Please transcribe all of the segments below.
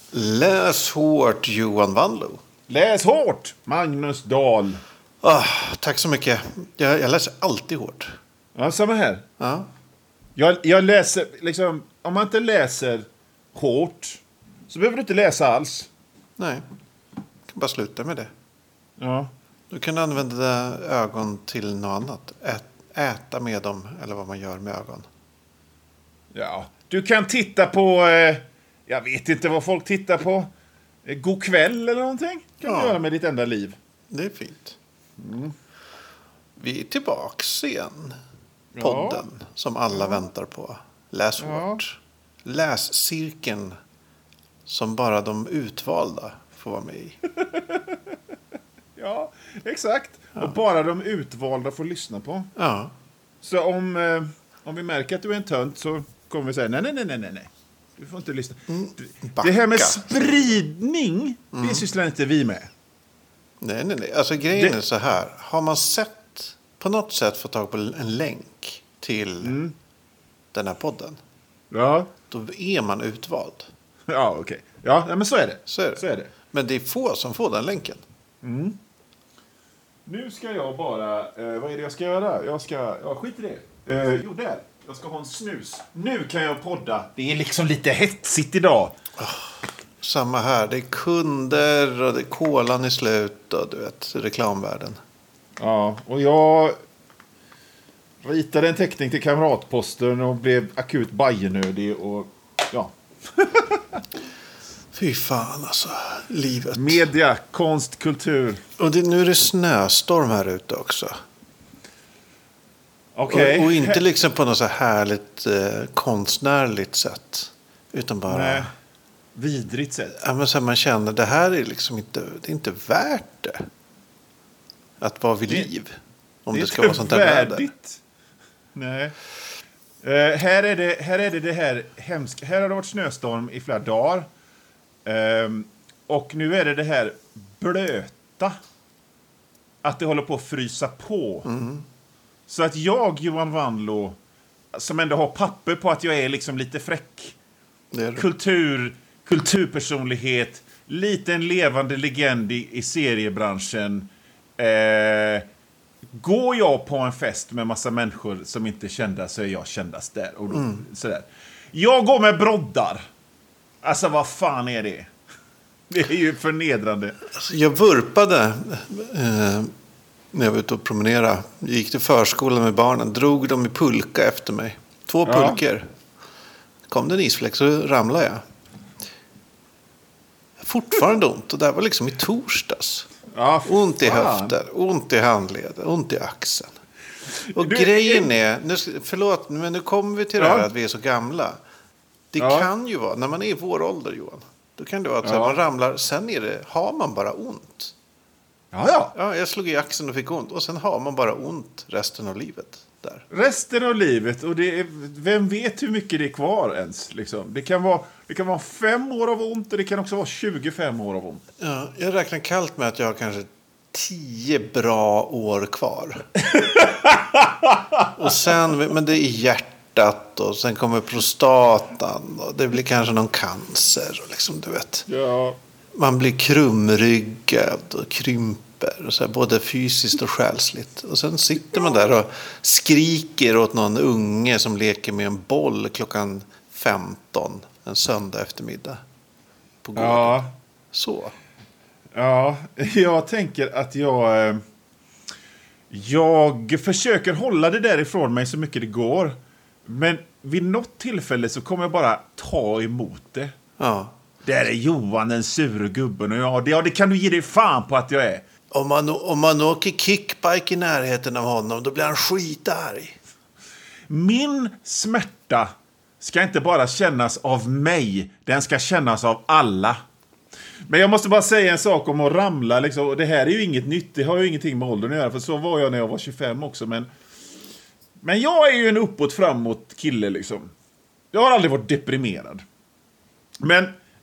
Läs hårt, Johan Wanlo. Läs hårt, Magnus Dahl. Tack så mycket. Jag läser alltid hårt. Ja, samma här. Ja. Jag läser, liksom, om man inte läser hårt så behöver du inte läsa alls. Nej, jag kan bara sluta med det. Ja. Du kan använda ögon till något annat. Äta med dem, eller vad man gör med ögon. Ja, du kan titta på, jag vet inte vad folk tittar på. God kväll eller någonting kan du göra med ditt enda liv. Det är fint. Vi är tillbaks igen. Podden som alla väntar på. Läs hårt. Läscirkeln som bara de utvalda får vara med i. Ja, exakt. Och bara de utvalda får lyssna på. Ja. Så om vi märker att du är en tönt så kommer vi säga nej. Du får inte lyssna. Det här med spridning, det sysslar inte vi med. Nej. Alltså grejen är så här. Har man på något sätt fått tag på en länk till den här podden. Ja. Då är man utvald. Ja, okej. Ja, men så är det. Så är det. Men det är få som får den länken. Nu ska jag bara... vad är det jag ska göra? Jag skit i det. Där. Jag ska ha en snus. Nu kan jag podda. Det är liksom lite hetsigt idag. Samma här. Det är kunder och det är kolan i slut och du vet, reklamvärlden. Ja, och jag ritade en teckning till Kamratposten och blev akut bajenödig och ja. Fy fan alltså, livet. Media, konst, kultur. Och nu är det snöstorm här ute också. Okej. Och inte liksom på något så härligt konstnärligt sätt. Utan bara... Nej. Vidrigt sätt. Ja, men så man känner, det här är liksom inte, det är inte värt det. Att vara vid liv. Om det ska vara sånt där väder. Nej. Här är det här hemskt. Här har det varit snöstorm i flera dagar. Och nu är det här blöta. Att det håller på att frysa på. Så att jag, Johan Wanlo, som ändå har papper på att jag är liksom lite fräck. Kulturpersonlighet. Liten levande legend i seriebranschen. Går jag på en fest med massa människor som inte är kända så är jag kändast där. Och då, sådär. Jag går med broddar. Alltså vad fan är det? Det är ju förnedrande. Alltså, jag vurpade när jag var ute och promenerade. Jag gick till förskolan med barnen. Drog dem i pulka efter mig. 2 pulker. Kom det en isfläck så ramlade jag. Fortfarande ont. Och det här var liksom i torsdags. Ja, ont i höfter, ont i handleder, ont i axeln. Och grejen är, förlåt, men nu kommer vi till det här att vi är så gamla. Det kan ju vara, när man är i vår ålder, Johan, då kan det vara att man ramlar, sen har man bara ont. Ja, jag slog i axeln och fick ont. Och sen har man bara ont resten av livet. Där. Resten av livet, och vem vet hur mycket det är kvar ens. Liksom. Det kan vara 5 år av ont och det kan också vara 25 år av ont. Ja, jag räknar kallt med att jag har kanske 10 bra år kvar. Och sen, men det är hjärtat och sen kommer prostatan och det blir kanske någon cancer. Och liksom, du vet. Ja. Man blir krumryggad och krymper. Och så här, både fysiskt och själsligt. Och sen sitter man där och skriker åt någon unge som leker med en boll klockan 15 en söndag eftermiddag. På gården. Ja. Så. Ja, jag tänker att jag försöker hålla det där ifrån mig så mycket det går. Men vid något tillfälle så kommer jag bara ta emot det. Ja. Där är Johan den sure gubben och det kan du ge dig fan på att jag är. Om man åker kickbike i närheten av honom, då blir han skitarg. Min smärta ska inte bara kännas av mig, den ska kännas av alla. Men jag måste bara säga en sak om att ramla. Liksom. Det här är ju inget nytt, det har ju ingenting med åldern att göra. För så var jag när jag var 25 också. Men jag är ju en uppåt framåt kille liksom. Jag har aldrig varit deprimerad. Men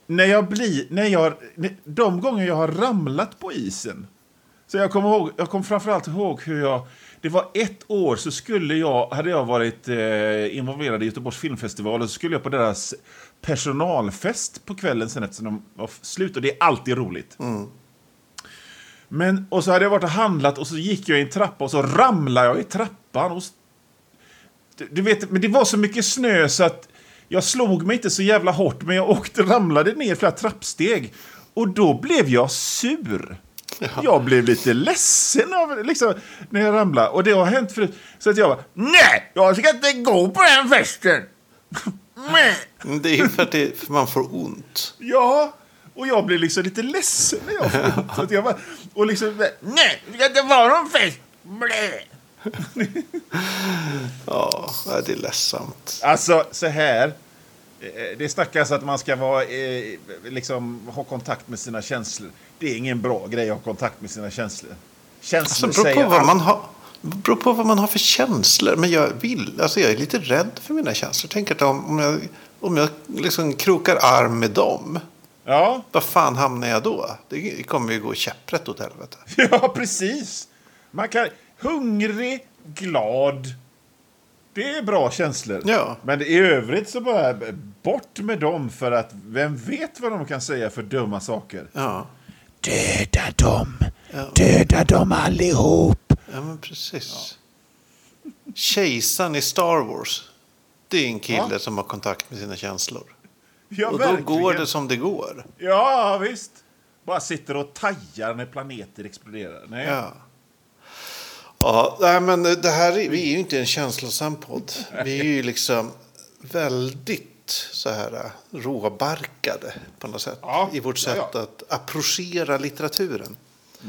de gånger jag har ramlat på isen. Så jag kommer framförallt ihåg hur det var 1 år så hade jag varit involverad i Göteborgs filmfestival och så skulle jag på deras personalfest på kvällen sen eftersom de var slut. Och det är alltid roligt. Men, och så hade jag varit och handlat och så gick jag i en trappa och så ramlade jag i trappan. Och, du vet, men det var så mycket snö så att jag slog mig inte så jävla hårt, men jag ramlade ner flera trappsteg. Och då blev jag sur. Ja. Jag blev lite ledsen av, liksom, när jag ramlade. Och det har hänt förut. Så att jag bara, nej, jag ska inte gå på den festen. Det är ju för att man får ont. Ja, och jag blev liksom lite ledsen när jag får ont. Så att jag bara, och liksom, nej, det ska inte vara någon fest. Ja, det är ledsamt. Alltså, så här. Det snackas att man ska vara, liksom, ha kontakt med sina känslor. Det är ingen bra grej att ha kontakt med sina känslor. Känslor alltså, beror på vad man har för känslor. Men jag är lite rädd för mina känslor. Tänk att om jag liksom krokar arm med dem. Ja. Vad fan hamnar jag då? Det kommer ju gå käpprätt åt helvete. Ja, precis. Man kan hungrig, glad. Det är bra känslor. Ja. Men i övrigt så bara bort med dem, för att vem vet vad de kan säga för dumma saker. Ja. Döda dem. Ja. Döda dem allihop. Ja, men precis. Ja. Kejsaren i Star Wars. Det är en kille som har kontakt med sina känslor. Ja, och verkligen. Då går det som det går. Ja, visst. Bara sitter och tajar när planeter exploderar. Nej. Ja. Ja, nej, men det här vi är ju inte en känslosam podd. Vi är ju liksom väldigt så här råbarkade på något sätt. Ja, i vårt sätt att approchera litteraturen.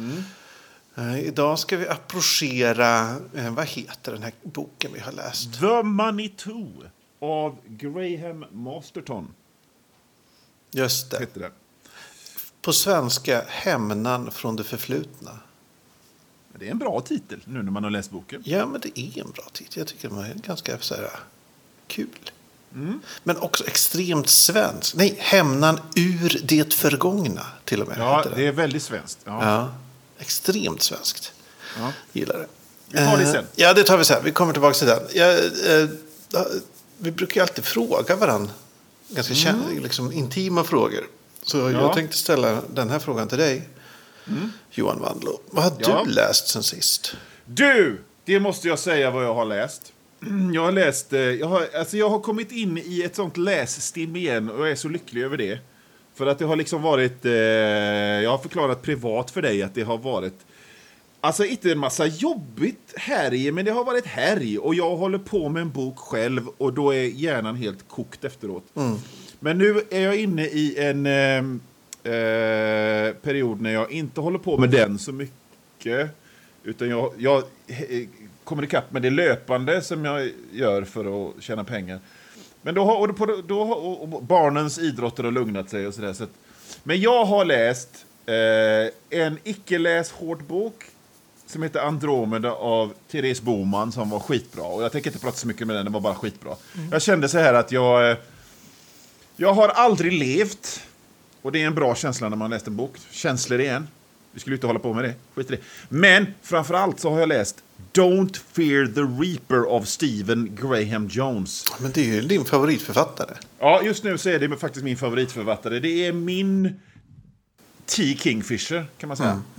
Idag ska vi approchera, vad heter den här boken vi har läst? The Manitou av Graham Masterton. Just det. Heter det. På svenska, Hämnan från det förflutna. Det är en bra titel nu när man har läst boken. Ja, men det är en bra titel. Jag tycker den är ganska så här kul. Men också extremt svensk. Nej, Hämnan ur det förgångna till och med. Ja, det är väldigt svenskt. Ja, extremt svenskt. Ja. Gillar det. Vi tar det sen. Ja, det tar vi sen. Vi kommer tillbaka till den. Vi brukar ju alltid fråga varandra ganska liksom intima frågor. Så jag tänkte ställa den här frågan till dig. Johan Wandlo, vad har du läst sen sist? Du, det måste jag säga vad jag har läst. Jag har läst, jag har kommit in i ett sånt lässtim igen och jag är så lycklig över det. För att det har liksom varit, jag har förklarat privat för dig att det har varit, alltså inte en massa jobbigt härj, men det har varit härj. Och jag håller på med en bok själv och då är hjärnan helt kokt efteråt. Men nu är jag inne i en period när jag inte håller på med den så mycket, utan jag kommer ikapp med det löpande som jag gör för att tjäna pengar. Men då har barnens idrotter har lugnat sig och sådär. Så men jag har läst en icke-läs hård bok som heter Andromeda av Therese Boman, som var skitbra. Och jag tänker inte prata så mycket med den var bara skitbra. Jag kände så här att jag har aldrig levt. Och det är en bra känsla när man läst en bok. Känslor igen. Vi skulle inte hålla på med det. Skit i det. Men framförallt så har jag läst Don't Fear the Reaper av Stephen Graham Jones. Men det är ju din favoritförfattare. Ja, just nu så är det faktiskt min favoritförfattare. Det är min T. Kingfisher, kan man säga.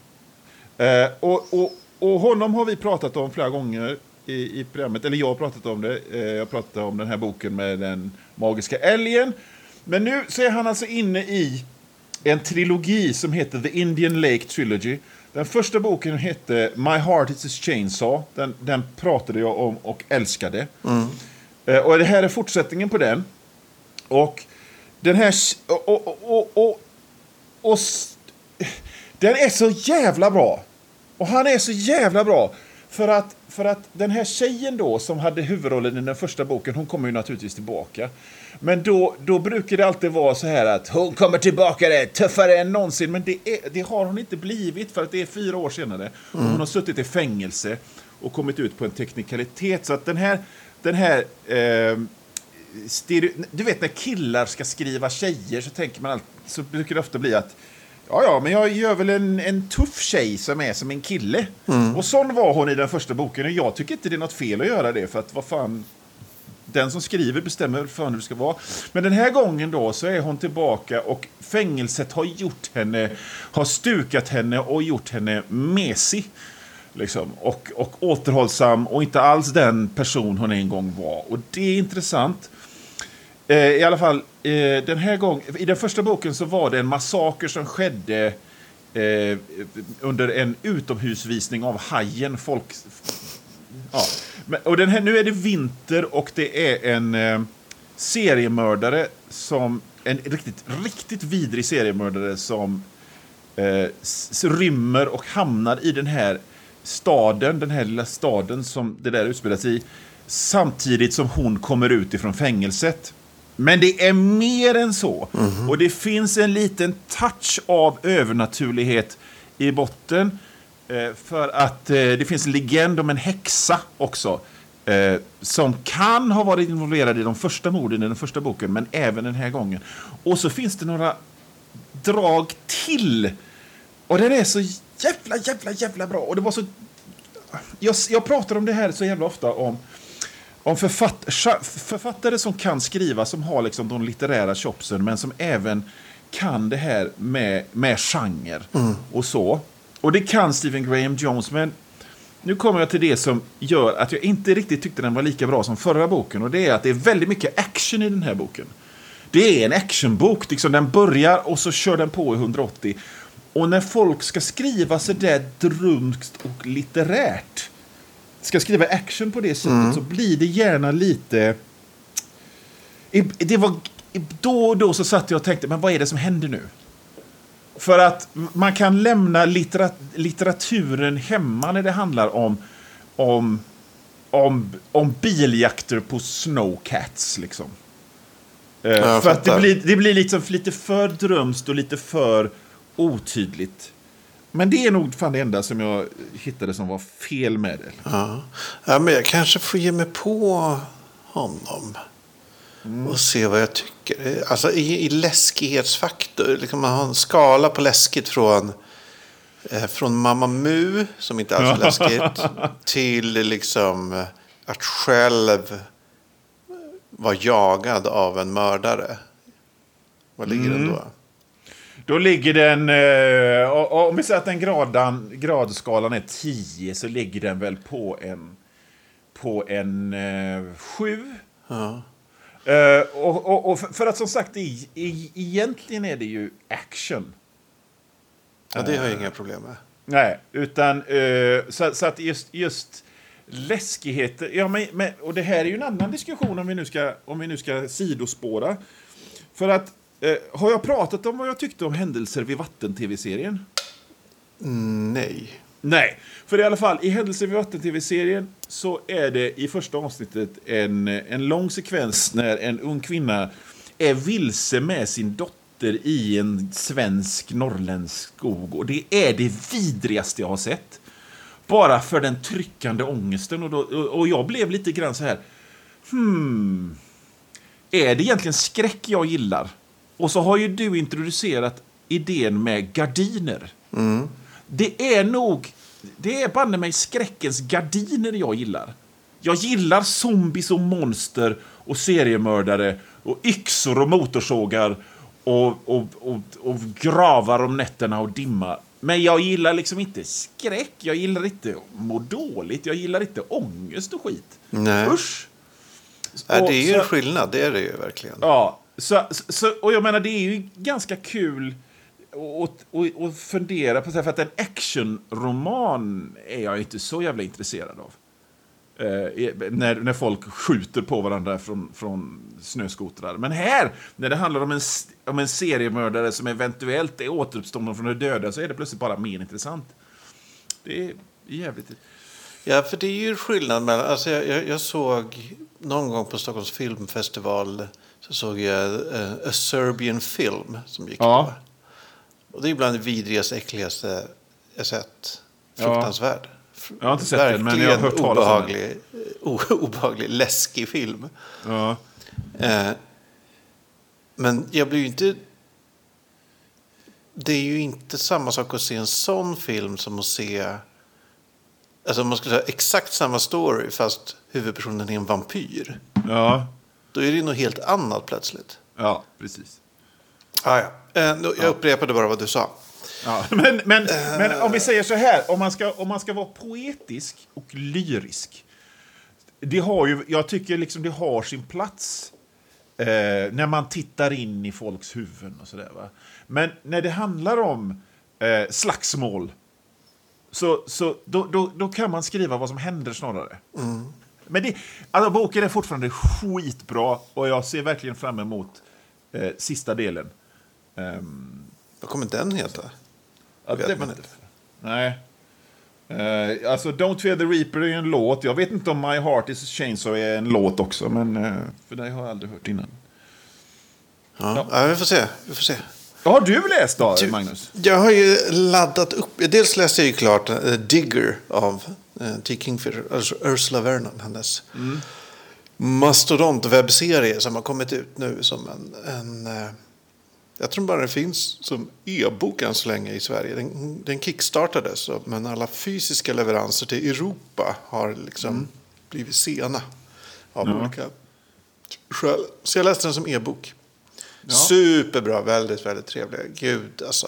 Och honom har vi pratat om flera gånger i programmet. Eller jag har pratat om det. Jag pratade om den här boken med den magiska älgen. Men nu så är han alltså inne i en trilogi som heter The Indian Lake Trilogy. Den första boken hette My Heart is a Chainsaw. Den pratade jag om och älskade. Och det här är fortsättningen på den. Och den här... Och den är så jävla bra. Och han är så jävla bra. För att den här tjejen då som hade huvudrollen i den första boken, hon kommer ju naturligtvis tillbaka. Men då brukar det alltid vara så här att hon kommer tillbaka tuffare än någonsin. Men det har hon inte blivit, för att det är 4 år senare. Hon har suttit i fängelse och kommit ut på en teknikalitet. Så att den här du vet när killar ska skriva tjejer så tänker man så brukar det ofta bli att ja, men jag gör väl en tuff tjej som är som en kille. Och sån var hon i den första boken. Och jag tycker inte det är något fel att göra det. För att vad fan, den som skriver bestämmer för hur det ska vara. Men den här gången då så är hon tillbaka och fängelset har stukat henne och gjort henne mesig. Liksom, och återhållsam och inte alls den person hon en gång var. Och det är intressant. I alla fall, den här gången, i den första boken så var det en massaker som skedde under en utomhusvisning av Hajen. Och den här, nu är det vinter och det är en seriemördare som en riktigt vidrig seriemördare som rymmer och hamnar i den här lilla staden som det där utspelas i, samtidigt som hon kommer ut ifrån fängelset. Men det är mer än så. Mm-hmm. Och det finns en liten touch av övernaturlighet i botten. För att det finns en legend om en häxa också. Som kan ha varit involverad i de första morden i den första boken, men även den här gången. Och så finns det några drag till. Och den är så jävla bra. Och det var så... Jag pratar om det här så jävla ofta om författare som kan skriva, som har liksom de litterära chopsen, men som även kan det här med genre och så. Och det kan Stephen Graham Jones, men nu kommer jag till det som gör att jag inte riktigt tyckte den var lika bra som förra boken, och det är att det är väldigt mycket action i den här boken. Det är en actionbok, liksom den börjar och så kör den på i 180. Och när folk ska skriva så där drumskt och litterärt, ska skriva action på det sättet, så blir det gärna lite... Det var då och då så satt jag och tänkte, men vad är det som händer nu? För att man kan lämna litteraturen hemma när det handlar om biljakter på snowcats liksom. För att det blir liksom lite för drömst och lite för otydligt. Men det är nog fan det enda som jag hittade som var fel med det. Ja, men jag kanske får ge mig på honom och se vad jag tycker. Alltså i läskighetsfaktor, liksom man har en skala på läskigt från Mamma Mu, som inte alls är läskigt, till liksom att själv vara jagad av en mördare. Vad ligger den då? Då ligger den, om vi säger att den gradskalan är 10, så ligger den väl på en 7. Ja. Och för att som sagt, egentligen är det ju action. Ja, det har jag inga problem med. Nej, utan så att just läskigheter, ja, men, och det här är ju en annan diskussion om vi nu ska sidospåra. För att har jag pratat om vad jag tyckte om händelser vid vatten-tv-serien? Nej, för i alla fall i händelser vid vatten-tv-serien så är det i första avsnittet en lång sekvens när en ung kvinna är vilse med sin dotter i en svensk norrländsk skog, och det är det vidrigaste jag har sett. Bara för den tryckande ångesten, och jag blev lite grann så här, är det egentligen skräck jag gillar? Och så har ju du introducerat idén med gardiner. Det är banne mig skräckens gardiner jag gillar. Jag gillar zombies och monster och seriemördare och yxor och motorsågar och gravar om nätterna och dimma. Men jag gillar liksom inte skräck. Jag gillar inte må dåligt. Jag gillar inte ångest och skit. Nej. Usch. Det är ju en skillnad, det är det ju verkligen. Ja, och jag menar, det är ju ganska kul att fundera på det, för att en actionroman är jag inte så jävla intresserad av. När folk skjuter på varandra från snöskotrar. Men här, när det handlar om en seriemördare som eventuellt är återuppstånden från de döda, så är det plötsligt bara mer intressant. Det är jävligt. Ja, för det är ju skillnad mellan... Alltså jag såg någon gång på Stockholms filmfestival, så såg jag A Serbian Film som gick på. Och det är bland det vidrigaste, äckligaste jag sett. Fruktansvärd. Jag har inte sett den, men jag har hört talas om den. Obehaglig, läskig film. Ja. Men jag blir ju inte... Det är ju inte samma sak att se en sån film som att se Alltså om man ska säga exakt samma story fast huvudpersonen är en vampyr. Ja. Då är det något helt annat plötsligt. Ja, precis. Ja. Jag upprepade bara vad du sa. Ja, men om vi säger så här, om man ska vara poetisk och lyrisk, jag tycker liksom det har sin plats när man tittar in i folks huvuden och sådär, va. Men när det handlar om slagsmål, så då kan man skriva vad som händer snarare. Men alltså, boken är fortfarande skitbra och jag ser verkligen fram emot sista delen. Vad kommer den heta? Ja, det man inte. Nej. Alltså Don't Fear the Reaper är en låt. Jag vet inte om My Heart is a Chainsaw är en låt också, men för det har jag aldrig hört innan. Ja, vi får se. Vad har du läst då, Magnus? Jag har ju laddat upp. Dels läste jag ju klart Digger av T. Kingfisher, alltså Ursula Vernon, hennes mastodont-webbserie som har kommit ut nu som en jag tror bara det finns som e-bok än så länge i Sverige. Den kickstartades, men alla fysiska leveranser till Europa har liksom blivit sena av olika skäl. Så jag läste den som e-bok. Ja. Superbra, väldigt, väldigt trevlig. Gud, alltså.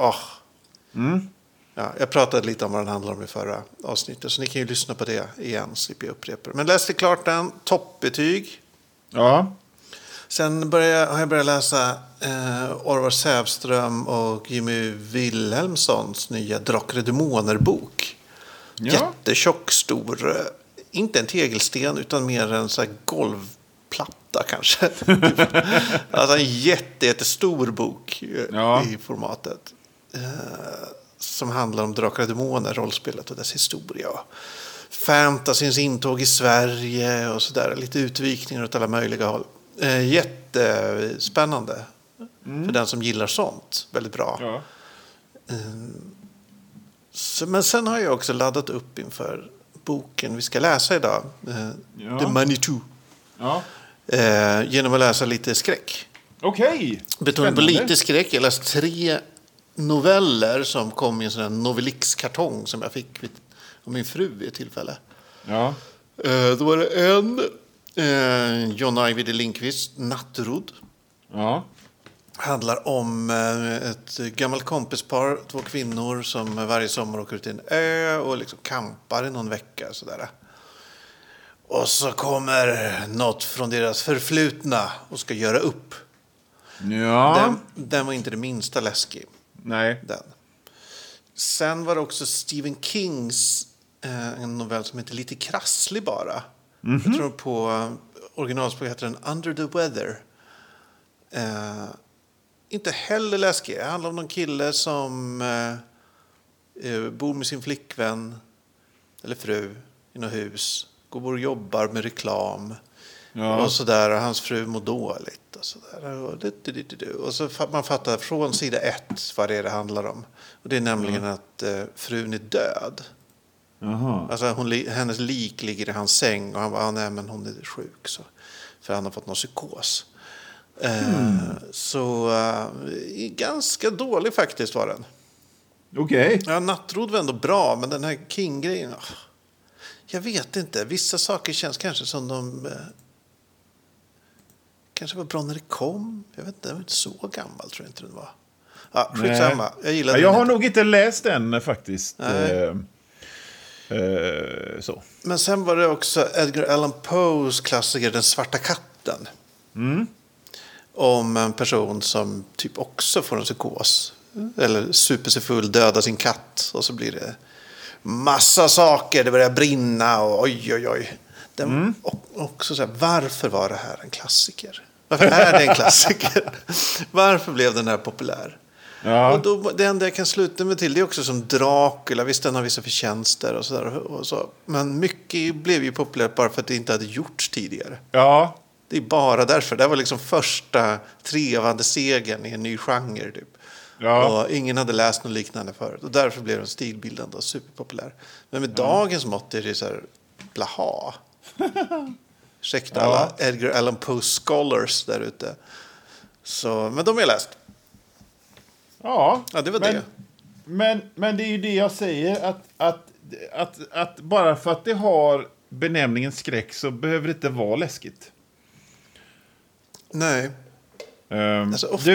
Ja, jag pratade lite om vad den handlar om i förra avsnittet, så ni kan ju lyssna på det igen, slipper jag upprepa det. Men läste klart den, toppbetyg. Ja. Sen har jag börjat läsa Orvar Sävström och Jimmy Wilhelmssons nya Drakar och Demoner-bok. Ja. Jättetjock, stor, inte en tegelsten utan mer en så här golvplatta kanske. Alltså en jättestor bok i formatet. Som handlar om Drakar och Demoner, rollspelet och dess historia. Fantasyns intåg i Sverige och sådär. Lite utvikningar åt alla möjliga håll. Jättespännande för den som gillar sånt. Väldigt bra. Ja. Men sen har jag också laddat upp inför boken vi ska läsa idag. The Manitou. Ja. Genom att läsa lite skräck. Okej. Betonar på lite skräck. Jag läste 3 noveller som kom i en sån här Novelix-kartong som jag fick av min fru vid ett tillfälle. Ja. Då var det en John Ajvide Lindqvist, Nattrodd. Ja. Handlar om ett gammalt kompispar, 2 kvinnor som varje sommar åker ut till en ö och liksom kampar i någon vecka. Sådär. Och så kommer något från deras förflutna och ska göra upp. Ja. Den var inte det minsta läskig. Nej. Den. Sen var det också Stephen Kings en novell som heter Lite krasslig bara. Mm-hmm. Jag tror på originalspråk heter den Under the Weather. Inte heller läskig. Det handlar om någon kille som bor med sin flickvän eller fru i något hus. Går och jobbar med reklam. Ja. Och sådär. Och hans fru mår dåligt. Och sådär. Och så man fattar från sida 1 vad det handlar om. Och det är nämligen att frun är död. Aha. Alltså hennes lik ligger i hans säng. Och han bara, nej men hon är sjuk. Så, för han har fått någon psykos. Så ganska dålig faktiskt var den. Okej. Okay. Ja, Nattrodd var ändå bra. Men den här King-grejen... Jag vet inte. Vissa saker känns kanske som de... kanske var bra när det kom. Jag vet inte, den var inte så gammal tror jag inte den var. Ja, skitsamma. Jag gillar den. Jag har nog inte läst den faktiskt. Så. Men sen var det också Edgar Allan Poes klassiker Den svarta katten. Om en person som typ också får en psykos. Eller super sig full, dödar sin katt. Och så blir det massa saker. Det börjar brinna och oj. Den, också så här, varför var det här en klassiker? Varför är det en klassiker? Varför blev den här populär? Ja. Och då, det enda jag kan sluta med till det är också som Dracula. Visst, den har vissa förtjänster och så. Men mycket blev ju populärt bara för att det inte hade gjorts tidigare. Ja. Det är bara därför. Det var liksom första trevande segern i en ny genre typ. Ja. Och ingen hade läst något liknande förut. Och därför blev den stilbildande och superpopulär. Men med dagens mått är det så här blaha. Ursäkta alla Edgar Allan Poe scholars där ute. Så, men de har jag läst. Ja, det var det. Men det är ju det jag säger. Att att bara för att det har benämningen skräck så behöver det inte vara läskigt. Nej. Alltså ofta,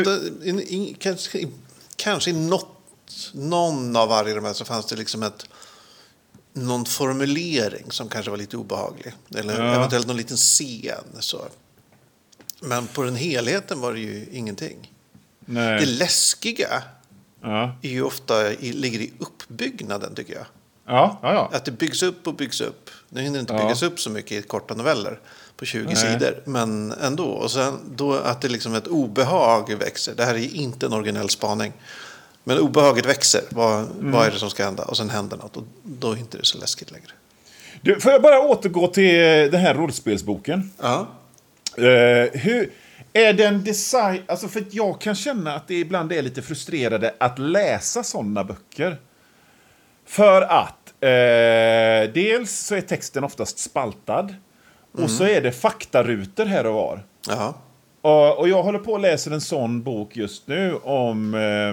kanske i någon av varje de här så fanns det liksom någon formulering som kanske var lite obehaglig. Eller eventuellt någon liten scen. Så. Men på den helheten var det ju ingenting. Nej. Det läskiga är ju ofta ligger i uppbyggnaden, tycker jag. Ja. Att det byggs upp och byggs upp. Nu hinner inte byggas upp så mycket i korta noveller på 20 sidor. Men ändå. Och sen då att det liksom ett obehag växer. Det här är inte en originell spaning. Men obehaget växer. Vad är det som ska hända? Och sen händer något. Och då är inte det så läskigt längre. Du, får jag bara återgå till den här rollspelsboken? Ja. Hur är den design... Alltså för att jag kan känna att det ibland är lite frustrerande att läsa sådana böcker. För att dels så är texten oftast spaltad. Och så är det faktarutor här och var. Ja. Och jag håller på att läsa en sån bok just nu om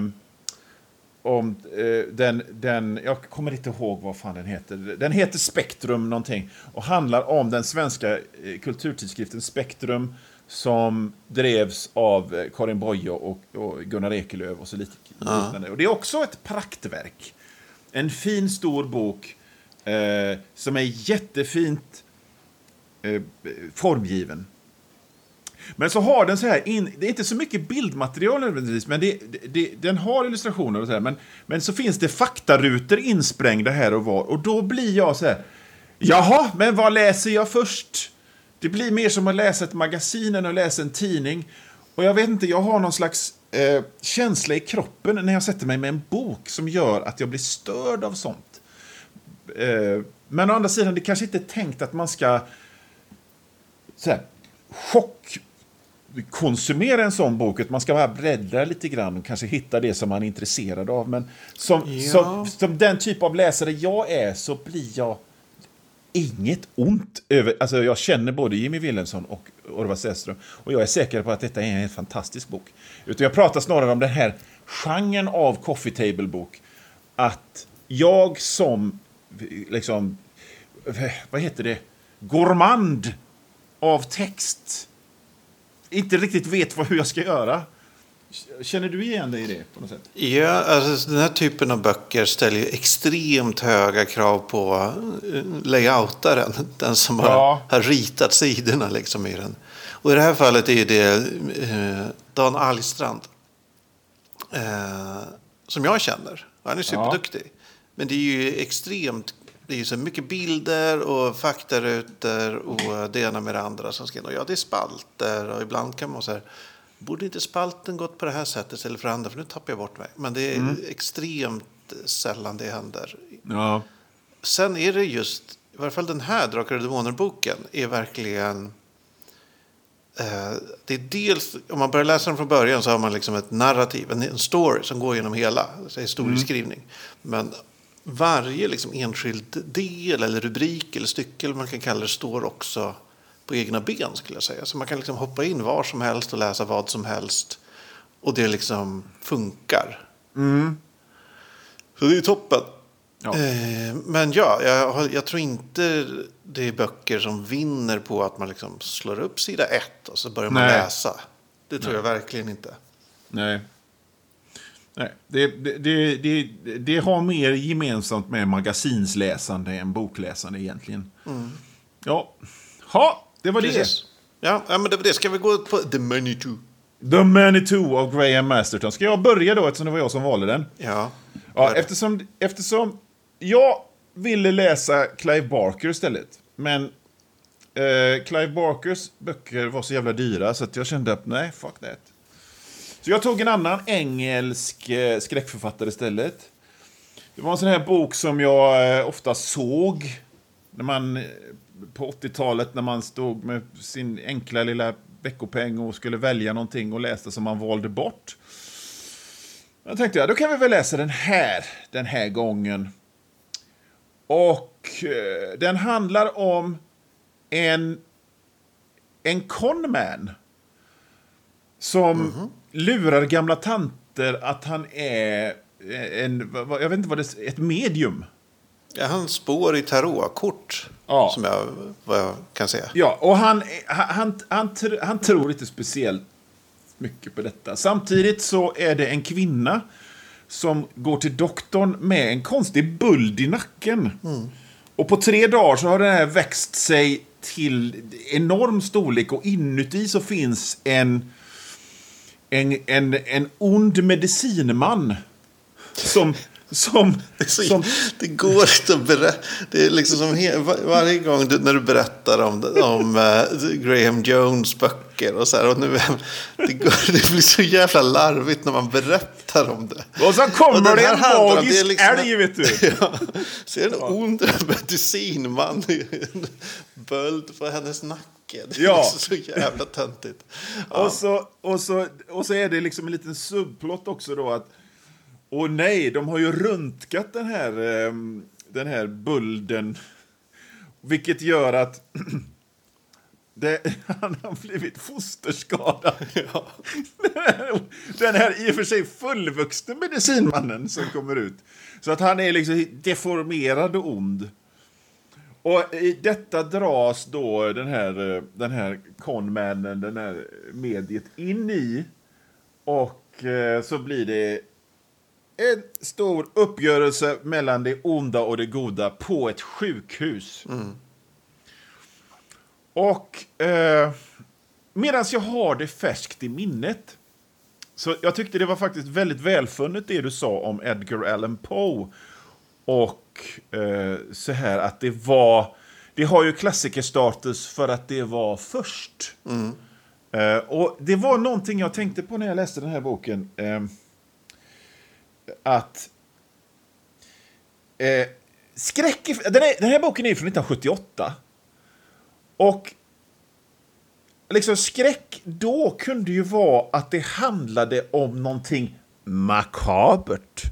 den jag kommer inte ihåg vad fan den heter. Den heter Spektrum någonting och handlar om den svenska kulturtidskriften Spektrum som drevs av Karin Boye och Gunnar Ekelöf och så lite liknande. Och det är också ett praktverk. En fin stor bok som är jättefint formgiven. Men så har den så här, det är inte så mycket bildmaterial nödvändigtvis, men den har illustrationer och så här, men så finns det faktarutor insprängda här och var, och då blir jag så här, jaha, men vad läser jag först? Det blir mer som att läsa ett magasin än att läsa en tidning, och jag vet inte, jag har någon slags känsla i kroppen när jag sätter mig med en bok som gör att jag blir störd av sånt. Men å andra sidan, det kanske inte är tänkt att man ska så här, konsumera en sån bok, att man ska bara bläddra lite grann och kanske hitta det som man är intresserad av, men som den typ av läsare jag är, så blir jag inget ont över, alltså jag känner både Jimmy Wilhelmsson och Orvar Sällström, och jag är säker på att detta är en fantastisk bok, utan jag pratar snarare om den här genren av coffee table bok, att jag som liksom, vad heter det, gourmand av text inte riktigt vet hur jag ska göra. Känner du igen dig i det på något sätt? Ja, alltså den här typen av böcker ställer ju extremt höga krav på layoutaren. Den som har ritat sidorna liksom i den. Och i det här fallet är det Dan Algstrand som jag känner. Han är superduktig. Men det är ju extremt, det är ju så mycket bilder och faktarutor och det ena med det andra som ska. Och ja, det är spalter och ibland kan man säga, borde inte spalten gått på det här sättet istället för andra, för nu tappar jag bort mig. Men det är extremt sällan det händer. Ja. Sen är det just, i varje fall den här Drakar och Demoner-boken är verkligen, det är dels, om man börjar läsa den från början så har man liksom ett narrativ, en story som går genom hela, alltså historieskrivning. Men varje liksom enskild del eller rubrik eller stycke eller man kan kalla det står också på egna ben, skulle jag säga. Så man kan liksom hoppa in var som helst och läsa vad som helst. Och det liksom funkar. Så det är toppen. Ja. Men jag tror inte det är böcker som vinner på att man liksom slår upp sida 1 och så börjar man läsa. Det tror jag verkligen inte. Nej. Det har mer gemensamt med magasinsläsande än bokläsande egentligen. Ja, det var precis. Det. Ja, men det var det. Ska vi gå på The Manitou? The Manitou av Graham Masterton. Ska jag börja då, eftersom det var jag som valde den? Ja, eftersom jag ville läsa Clive Barker istället. Men Clive Barkers böcker var så jävla dyra så att jag kände att nej, fuck that. Så jag tog en annan engelsk skräckförfattare istället. Det var en sån här bok som jag ofta såg när man på 80-talet när man stod med sin enkla lilla veckopeng och skulle välja någonting och läsa som man valde bort. Jag tänkte, då kan vi väl läsa den här gången. Och den handlar om en conman som lurar gamla tanter att han är jag vet inte vad det är, ett medium. Ja, han spår i tarotkort. Som vad jag kan säga. Ja, och han tror inte speciellt mycket på detta. Samtidigt så är det en kvinna som går till doktorn med en konstig buld i nacken. Och på 3 dagar så har den här växt sig till enorm storlek, och inuti så finns en ond medicinman som det går inte att berätta. Det är liksom som varje gång när du berättar om Graham Jones böcker och så här, och nu det blir så jävla larvigt när man berättar om det. Och så kommer det en magisk liksom, älg, vet du. Ja, så är det en ond medicinman i en böld på hennes nacke. Det är så jävla töntigt. Ja. Och så är det liksom en liten subplott också då att nej, de har ju röntgat den här bulden, vilket gör att han har blivit fosterskadad. Ja. Den här i och för sig fullvuxna medicinmannen som kommer ut. Så att han är liksom deformerad och ond. Och i detta dras då den här conmannen, den här mediet in i, och så blir det en stor uppgörelse mellan det onda och det goda på ett sjukhus. Och medan jag har det färskt i minnet, så jag tyckte det var faktiskt väldigt välfunnet det du sa om Edgar Allan Poe. Och så här att det har ju klassikerstatus för att det var först. Och det var någonting jag tänkte på när jag läste den här boken. Att den här boken är från 1978, och liksom skräck då kunde ju vara att det handlade om någonting makabert.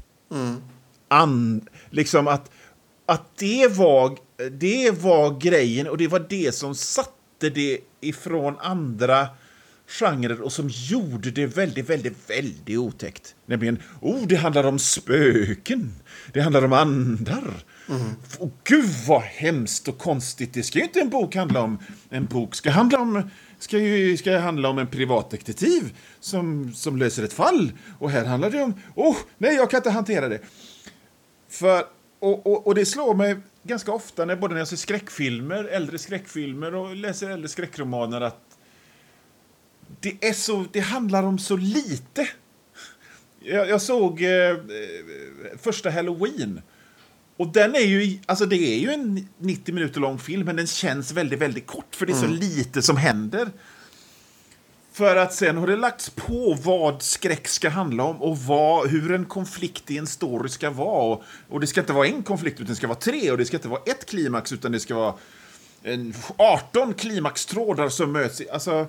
Liksom att det var grejen, och det var det som satte det ifrån andra genrer och som gjorde det väldigt, väldigt, väldigt otäckt. Nämligen, det handlar om spöken. Det handlar om andar. Och gud vad hemskt och konstigt. Det ska ju inte en bok handla om. En bok ska handla om en privatdetektiv som löser ett fall. Och här handlar det om, nej, jag kan inte hantera det. Och det slår mig ganska ofta när jag ser skräckfilmer, äldre skräckfilmer, och läser äldre skräckromaner, att det handlar om så lite. Jag såg första Halloween, och den är ju, alltså det är ju en 90 minuter lång film, men den känns väldigt, väldigt kort, för det är så lite som händer. För att sen har det lagts på vad skräck ska handla om, och hur en konflikt i en story ska vara. Och det ska inte vara en konflikt, utan det ska vara 3, och det ska inte vara ett klimax, utan det ska vara 18 klimaxtrådar som möts. Alltså,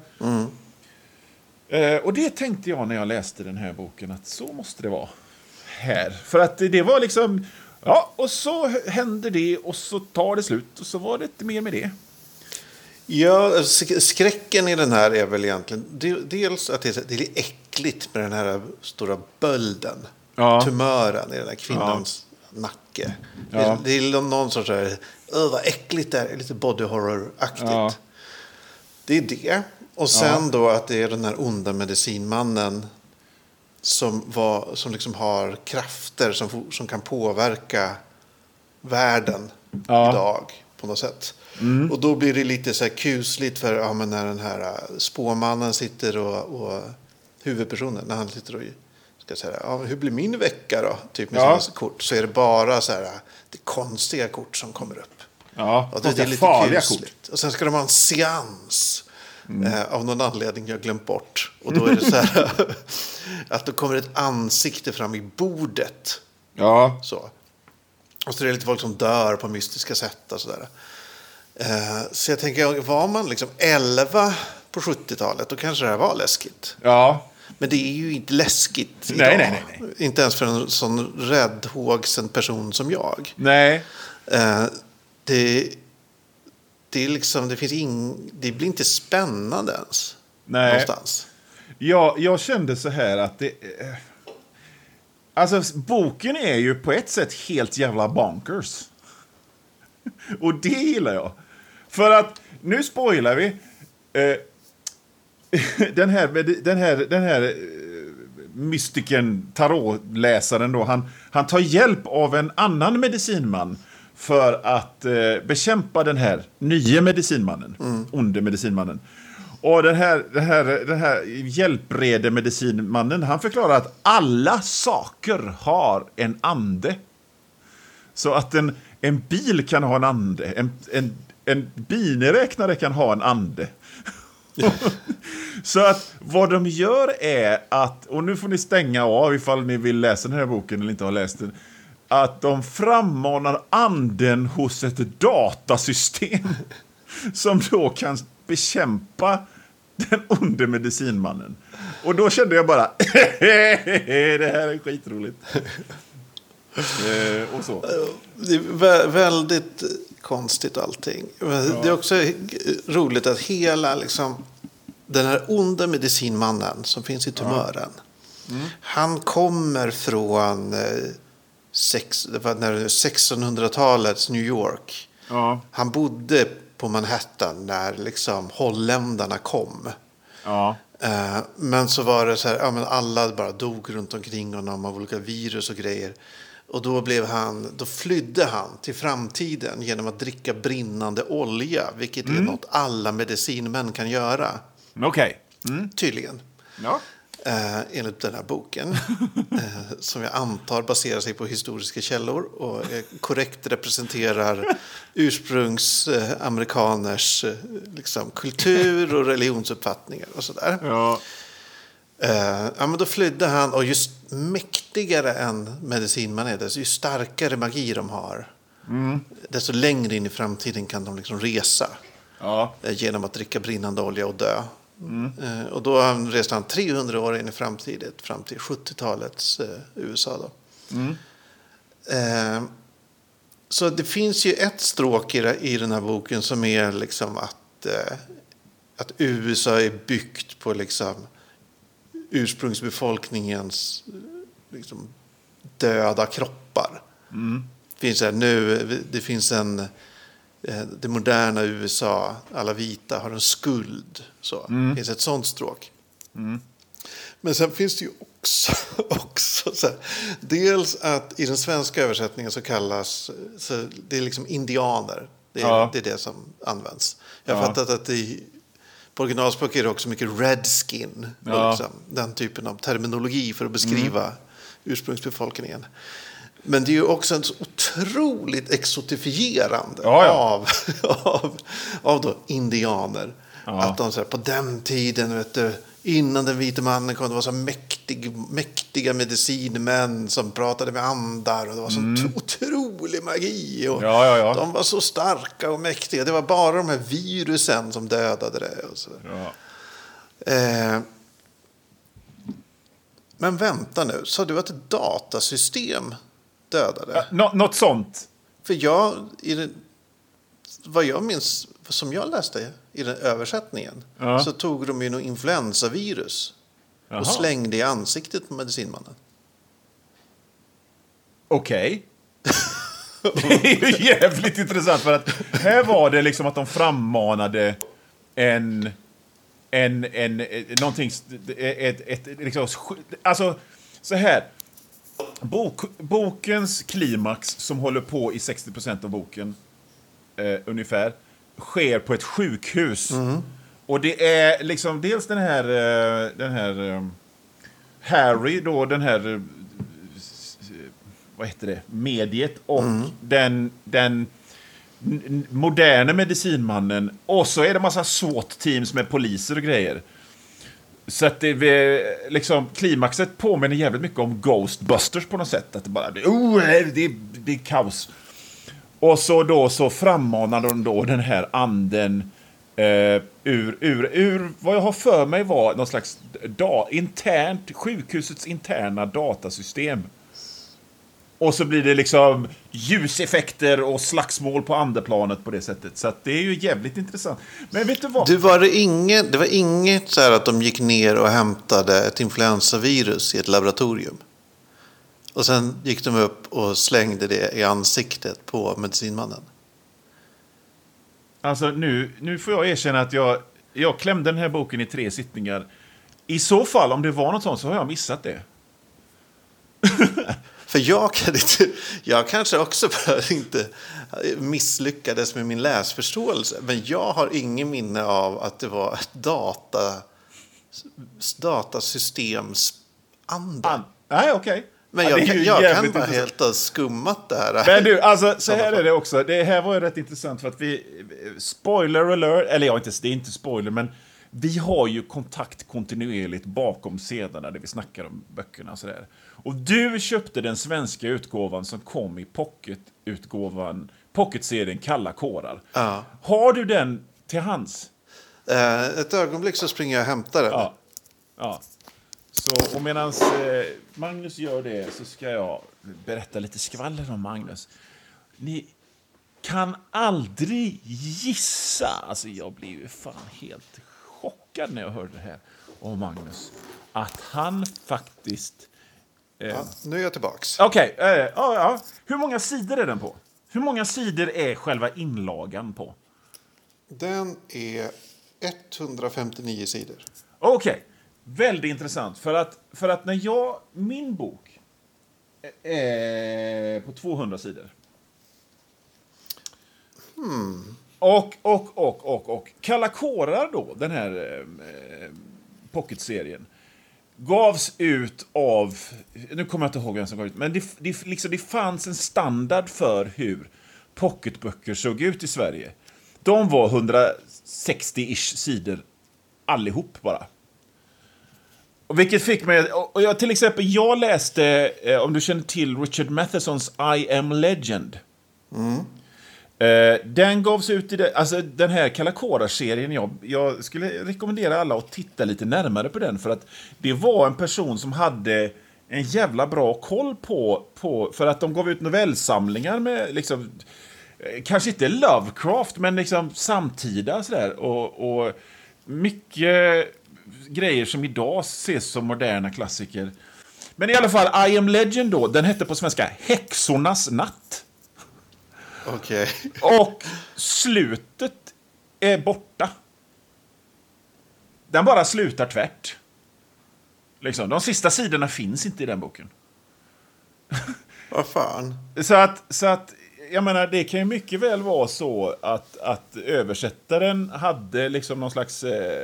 och det tänkte jag när jag läste den här boken, att så måste det vara här. För att det var liksom, och så händer det, och så tar det slut, och så var det inte mer med det. Ja, skräcken i den här är väl egentligen dels att det är äckligt med den här stora bölden. Tumören i den här kvinnans nacke. Det är någon sorts här, vad äckligt det är, lite body horror-aktigt. Det är det. Och sen då att det är den här onda medicinmannen som liksom har krafter som kan påverka världen idag på något sätt. Och då blir det lite så här kusligt, för när den här spåmannen sitter och huvudpersonen, när han sitter och ska säga, hur blir min vecka då? Typ med sina kort, så är det bara så här det konstiga kort som kommer upp. Och det är lite kusligt. Och sen ska de ha en seans av någon anledning jag glömt bort. Och då är det så här att då kommer ett ansikte fram i bordet. Så. Och så är det lite folk som dör på mystiska sätt och sådär. Så jag tänker, var man liksom 11 på 70-talet, då kanske det här var läskigt. Men det är ju inte läskigt idag. Nej. Inte ens för en sån räddhågsen person som jag. Nej. Det är liksom, det blir inte spännande ens. Nej. Någonstans. Jag kände så här att alltså boken är ju på ett sätt helt jävla bonkers. Och det gillar jag. För att, nu spoilar vi. Den här mystiken, tarotläsaren då, han tar hjälp av en annan medicinman för att bekämpa den här nya medicinmannen, onde medicinmannen. Och den här hjälprede medicinmannen, han förklarar att alla saker har en ande. Så att en bil kan ha en ande, en biniräknare kan ha en ande. Så att vad de gör är att, och nu får ni stänga av ifall ni vill läsa den här boken eller inte har läst den, att de frammanar anden hos ett datasystem som då kan bekämpa den onde medicinmannen. Och då kände jag bara det här är skitroligt. Och så. Det är väldigt konstigt allting. Det är också roligt att hela liksom, den här onda medicinmannen som finns i tumören. Han kommer från 1600-talets New York. Ja. Han bodde på Manhattan när liksom holländarna kom. Ja. Men så var det så här, ja, men alla bara dog runt omkring honom av olika virus och grejer. Och då flydde han till framtiden genom att dricka brinnande olja, vilket är något alla medicinmän kan göra. Okej. Tydligen. Ja. Enligt den här boken, som jag antar baserar sig på historiska källor och korrekt representerar ursprungsamerikaners liksom, kultur och religionsuppfattningar och sådär. Ja. Men då flydde han, och ju mäktigare än medicinman är, desto ju starkare magi de har, desto längre in i framtiden kan de liksom resa genom att dricka brinnande olja och dö. Och då reste han 300 år in i framtiden, fram till 70-talets USA då. Så det finns ju ett stråk i den här boken som är liksom att USA är byggt på liksom ursprungsbefolkningens liksom döda kroppar. Det finns det moderna USA, alla vita har en skuld. Så. Det finns ett sånt stråk. Men sen finns det ju också så här, dels att i den svenska översättningen så kallas så det är liksom indianer. Det är det som används. Jag har fattat att på originalspråk är det också mycket redskin. Liksom, den typen av terminologi för att beskriva ursprungsbefolkningen. Men det är ju också en så otroligt exotifierande av då indianer. Att de så här, på den tiden, vet du, innan den vita mannen kom, det var så mäktiga medicinmän som pratade med andar, och det var så otrolig magi, och de var så starka och mäktiga. Det var bara de här virusen som dödade det. Och så. Men vänta nu, sa du att ett datasystem dödade? Något sånt. För vad jag minns, som jag läste i den översättningen, så tog de ju något influensavirus och slängde i ansiktet på medicinmannen. Okej. Det är ju jävligt intressant, för att här var det liksom att de frammanade någonting, liksom, alltså så här. Bokens klimax, som håller på i 60% av boken ungefär, sker på ett sjukhus. Och det är liksom dels den här Harry då, den här vad heter det, mediet, och den moderna medicinmannen, och så är det massa SWAT-teams med poliser och grejer. Så att det liksom, klimaxet påminner jävligt mycket om Ghostbusters på något sätt. Att det bara det är kaos. Och så frammanar de då den här anden ur vad jag har för mig var någon slags sjukhusets interna datasystem. Och så blir det liksom ljuseffekter och slagsmål på andeplanet på det sättet. Så att det är ju jävligt intressant. Men vet du vad? Det var inget så här att de gick ner och hämtade ett influensavirus i ett laboratorium. Och sen gick de upp och slängde det i ansiktet på medicinmannen. Alltså nu får jag erkänna att jag klämde den här boken i 3 sittningar. I så fall, om det var något sånt, så har jag missat det. För jag kanske också inte misslyckades med min läsförståelse. Men jag har ingen minne av att det var ett datasystemsanda. Nej, okej. Men jag kan bara helt ha skummat det här. Men du, alltså så här är det också. Det här var ju rätt intressant för att spoiler alert, eller det är inte spoiler, men vi har ju kontakt kontinuerligt bakom scenerna där vi snackar om böckerna och sådär. Och du köpte den svenska utgåvan som kom i pocketserien Kalla kårar. Ja. Har du den till hands? Ett ögonblick så springer jag och hämtar den. Ja. Så, och medan Magnus gör det så ska jag berätta lite skvaller om Magnus. Ni kan aldrig gissa. Alltså jag blev ju fan helt chockad när jag hörde det här om Magnus. Att han faktiskt... nu är jag tillbaks. Okej. Hur många sidor är den på? Hur många sidor är själva inlagan på? Den är 159 sidor. Okej. Väldigt intressant. För att när min bok är på 200 sidor. Och Kalla kårar då, den här pocketserien, gavs ut av, nu kommer jag inte ihåg vem som gav ut, men det fanns en standard för hur pocketböcker såg ut i Sverige. De var 160-ish sidor allihop bara. Och vilket fick mig, och jag läste, om du känner till Richard Mathesons I Am Legend. Den gavs ut i alltså den här Kalla kårar-serien. Jag skulle rekommendera alla att titta lite närmare på den, för att det var en person som hade en jävla bra koll på för att de gav ut novellsamlingar med liksom, kanske inte Lovecraft, men liksom samtida sådär, och mycket grejer som idag ses som moderna klassiker. Men i alla fall, I Am Legend då, den hette på svenska Häxornas natt. Okej. Och slutet är borta. Den bara slutar tvärt. Liksom, de sista sidorna finns inte i den boken. Vad fan? Så att jag menar, det kan ju mycket väl vara så att översättaren hade liksom någon slags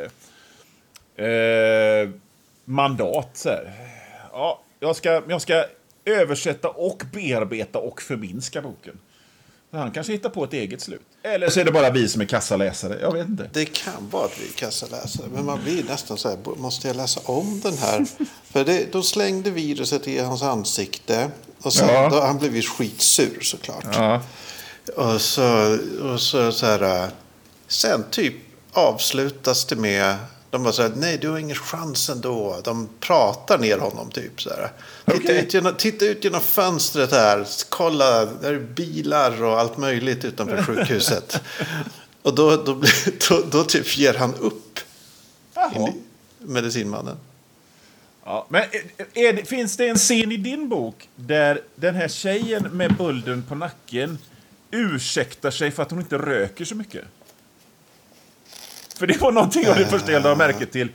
mandat så här. Ja, jag ska översätta och bearbeta och förminska boken. Så han kanske hittar på ett eget slut. Eller så är det bara vi som är kassaläsare. Jag vet inte. Det kan vara att vi är kassaläsare. Men man blir nästan så här, måste jag läsa om den här? För då slängde viruset i hans ansikte. Och sen, då, han blev ju skitsur såklart. Ja. Och så här, sen typ avslutas det med, de bara så här, nej du har ingen chans ändå. De pratar ner honom typ så här. Titta ut genom fönstret här. Kolla, där är bilar och allt möjligt utanför sjukhuset. Och då typ ger han upp. Medicinmannen. Ja, men finns det en scen i din bok där den här tjejen med bulden på nacken ursäktar sig för att hon inte röker så mycket? För det var någonting av det första jag lade märke till.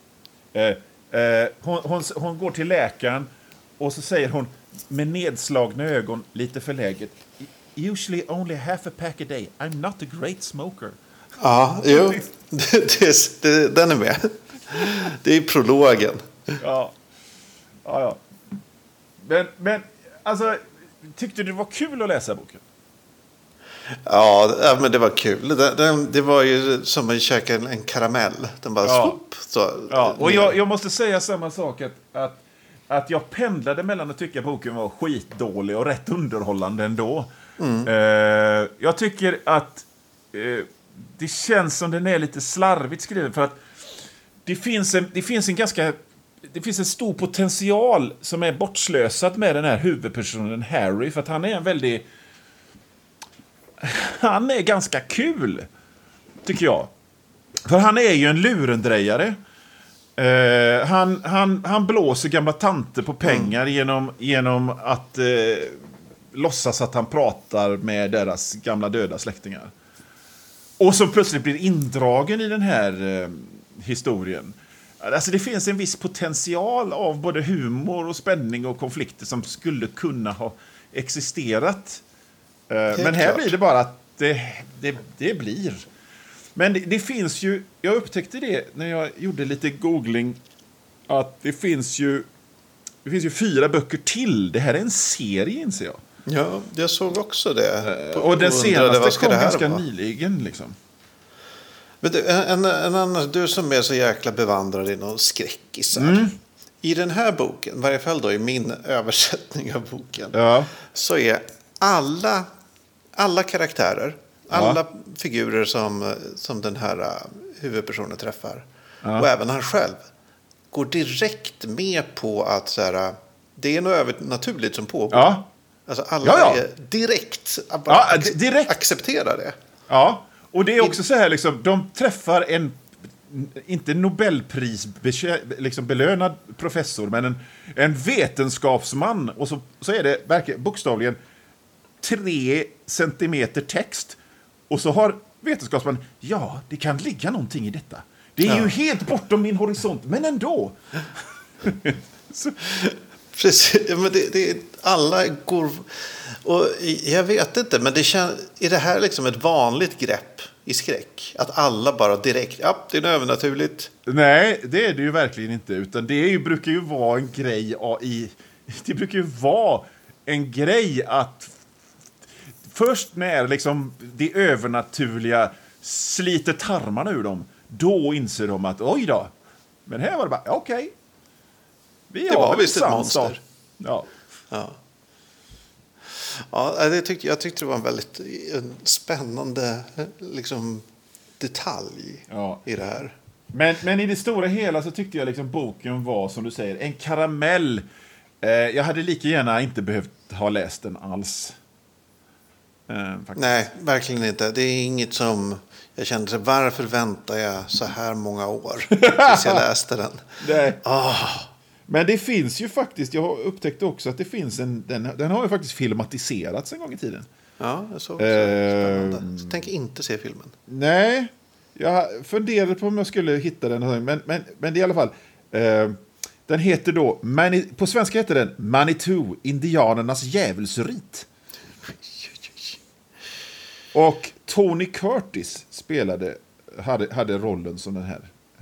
Hon går till läkaren och så säger hon med nedslagna ögon lite förläget: usually only half a pack a day. I'm not a great smoker. Ja, jo. Den är med. Det är prologen. Ja. Men alltså, tyckte du det var kul att läsa boken? Ja, men det var kul. Det var ju som att käka en karamell. Den bara swoop. Så, och jag måste säga samma sak, att jag pendlade mellan att tycka boken var skitdålig och rätt underhållande ändå. Jag tycker att det känns som den är lite slarvigt skriven, för att det finns en stor potential som är bortslösad med den här huvudpersonen Harry, för att han är ganska kul, tycker jag. För han är ju en lurendrejare. Han blåser gamla tanter på pengar genom att låtsas att han pratar med deras gamla döda släktingar. Och som plötsligt blir indragen i den här historien. Alltså det finns en viss potential av både humor och spänning och konflikter som skulle kunna ha existerat. Men här blir det bara att det blir. Men det finns ju, jag upptäckte det när jag gjorde lite googling, att det finns ju 4 böcker till. Det här är en serie, inser jag. Ja, jag såg också det. Och den senaste kom ganska nyligen liksom. Men du som är så jäkla bevandrad i någon skräckisar. I den här boken, i varje fall då i min översättning av boken, så är alla karaktärer, alla figurer som den här huvudpersonen träffar, och även han själv, går direkt med på att så här, det är något övernaturligt som pågår. Ja. Alltså alla är direkt accepterar det. Ja. Och det är också så här liksom, de träffar en inte Nobelpris liksom belönad professor, men en vetenskapsman, och så är det verkligen bokstavligen 3 centimeter text, och så har vetenskapsmannen, det kan ligga någonting i detta. Det är ju helt bortom min horisont, men ändå. Precis, men det alla går, och jag vet inte, men är det här liksom ett vanligt grepp i skräck, att alla bara direkt, det är övernaturligt? Nej, det är det ju verkligen inte, utan brukar ju vara en grej att först när liksom det övernaturliga sliter tarmarna ur dem, då inser de att oj då, men här var det bara okej. Det var visst ett monster. Ja, jag tyckte det var en väldigt spännande liksom, detalj i det här. Men i det stora hela så tyckte jag liksom boken var, som du säger, en karamell. Jag hade lika gärna inte behövt ha läst den alls. Nej, verkligen inte. Det är inget som jag kände sig, varför väntar jag så här många år tills jag läste den? Nej. Men det finns ju faktiskt, jag upptäckte också att det finns den har ju faktiskt filmatiserats en gång i tiden. Ja, jag såg spännande. Jag tänker inte se filmen. Nej, jag funderade på om jag skulle hitta den. Men det är i alla fall, den heter då, på svenska heter den Manitou, indianernas djävulsrit. Och Tony Curtis hade rollen som den här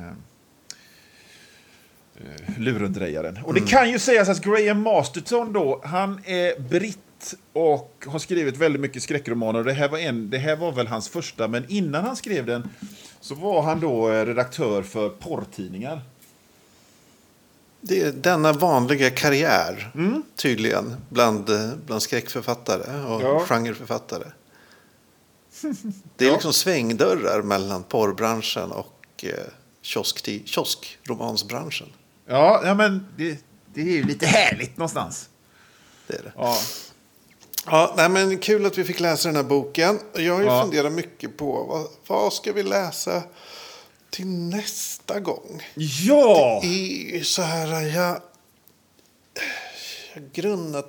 lurendrejaren. Och det kan ju sägas att Graham Masterton då, han är britt och har skrivit väldigt mycket skräckromaner. Det här var väl hans första, men innan han skrev den så var han då redaktör för porrtidningar. Det är denna vanliga karriär tydligen bland skräckförfattare och genreförfattare. Det är liksom svängdörrar mellan porrbranschen och kioskromansbranschen. Ja, men det är ju lite härligt någonstans. Det är det. Ja, men kul att vi fick läsa den här boken. Jag har ju funderat mycket på vad ska vi läsa till nästa gång? Ja! Det är så här, jag har grunnat.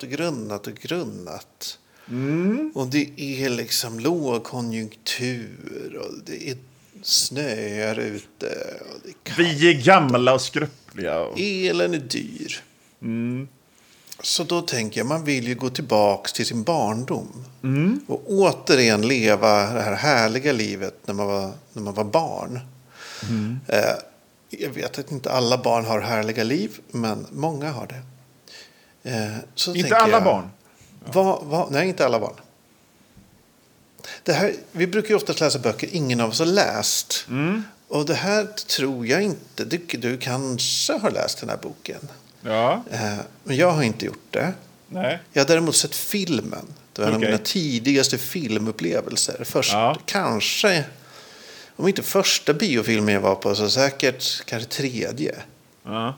Och det är liksom lågkonjunktur och det är snöar ute. Och det är vi är gamla och skröpliga. Elen är dyr. Så då tänker jag, man vill ju gå tillbaks till sin barndom. Och återigen leva det här härliga livet när man var barn. Jag vet att inte alla barn har härliga liv, men många har det. Så inte alla barn? Nej, inte alla barn. Vi brukar ju oftast läsa böcker ingen av oss har läst. Och det här tror jag inte. Du kanske har läst den här boken. Ja. Men jag har inte gjort det. Nej. Jag har däremot sett filmen. Det var en av mina tidigaste filmupplevelser. Kanske, om inte första biofilmen jag var på, så säkert kanske 3:e. Ja.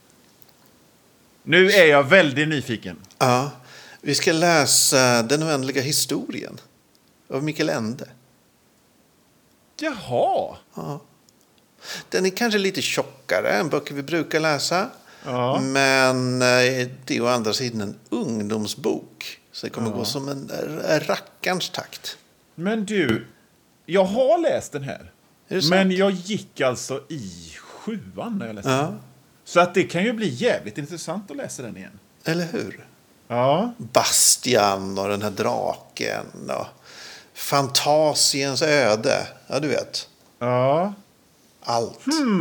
Nu är jag väldigt nyfiken. Ja. Vi ska läsa Den oändliga historien av Mikael Ende. Jaha. Ja. Den är kanske lite tjockare än böcker vi brukar läsa. Ja. Men det är å andra sidan en ungdomsbok. Så det kommer gå som en rackarns takt. Men du, Jag har läst den här. Är det sant? Men jag gick alltså i 7:an när jag läste den. Så att det kan ju bli jävligt intressant att läsa den igen. Eller hur? Ja. Bastian och den här draken och Fantasiens öde. Ja, du vet. Ja. Allt.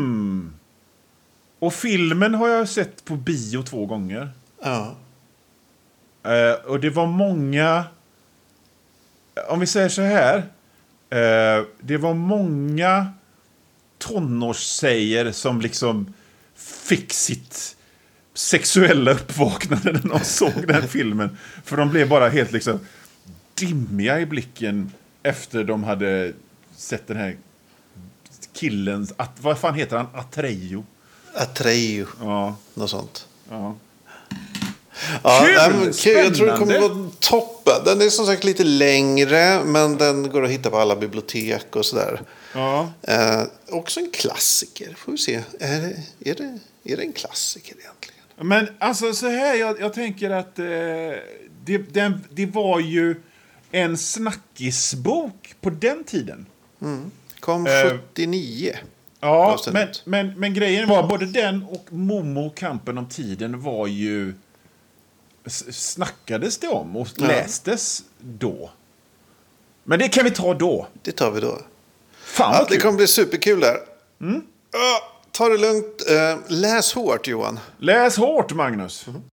Och filmen har jag sett på bio 2 gånger. Ja. Och det var många... Om vi säger så här. Det var många tonårssäger som liksom fick sitt sexuella uppvaknande när de såg den filmen. För de blev bara helt liksom dimmiga i blicken efter de hade sett den här killen. Vad fan heter han? Atreyu. Ja. Något sånt. Ja. Ja, Kul! Jag tror det kommer vara toppen. Den är som sagt lite längre, men den går att hitta på alla bibliotek och sådär. Ja. Också en klassiker, får vi se. Är det en klassiker egentligen? Men alltså så här, jag tänker att det var ju en snackisbok på den tiden. Kom 79. Ja, men grejen var både den och Momo Kampen om tiden var ju snackades det om och lästes då. Men det kan vi ta då. Det tar vi då. Fan, ja, det kommer bli superkul där. Ta det lugnt. Läs hårt, Johan. Läs hårt, Magnus.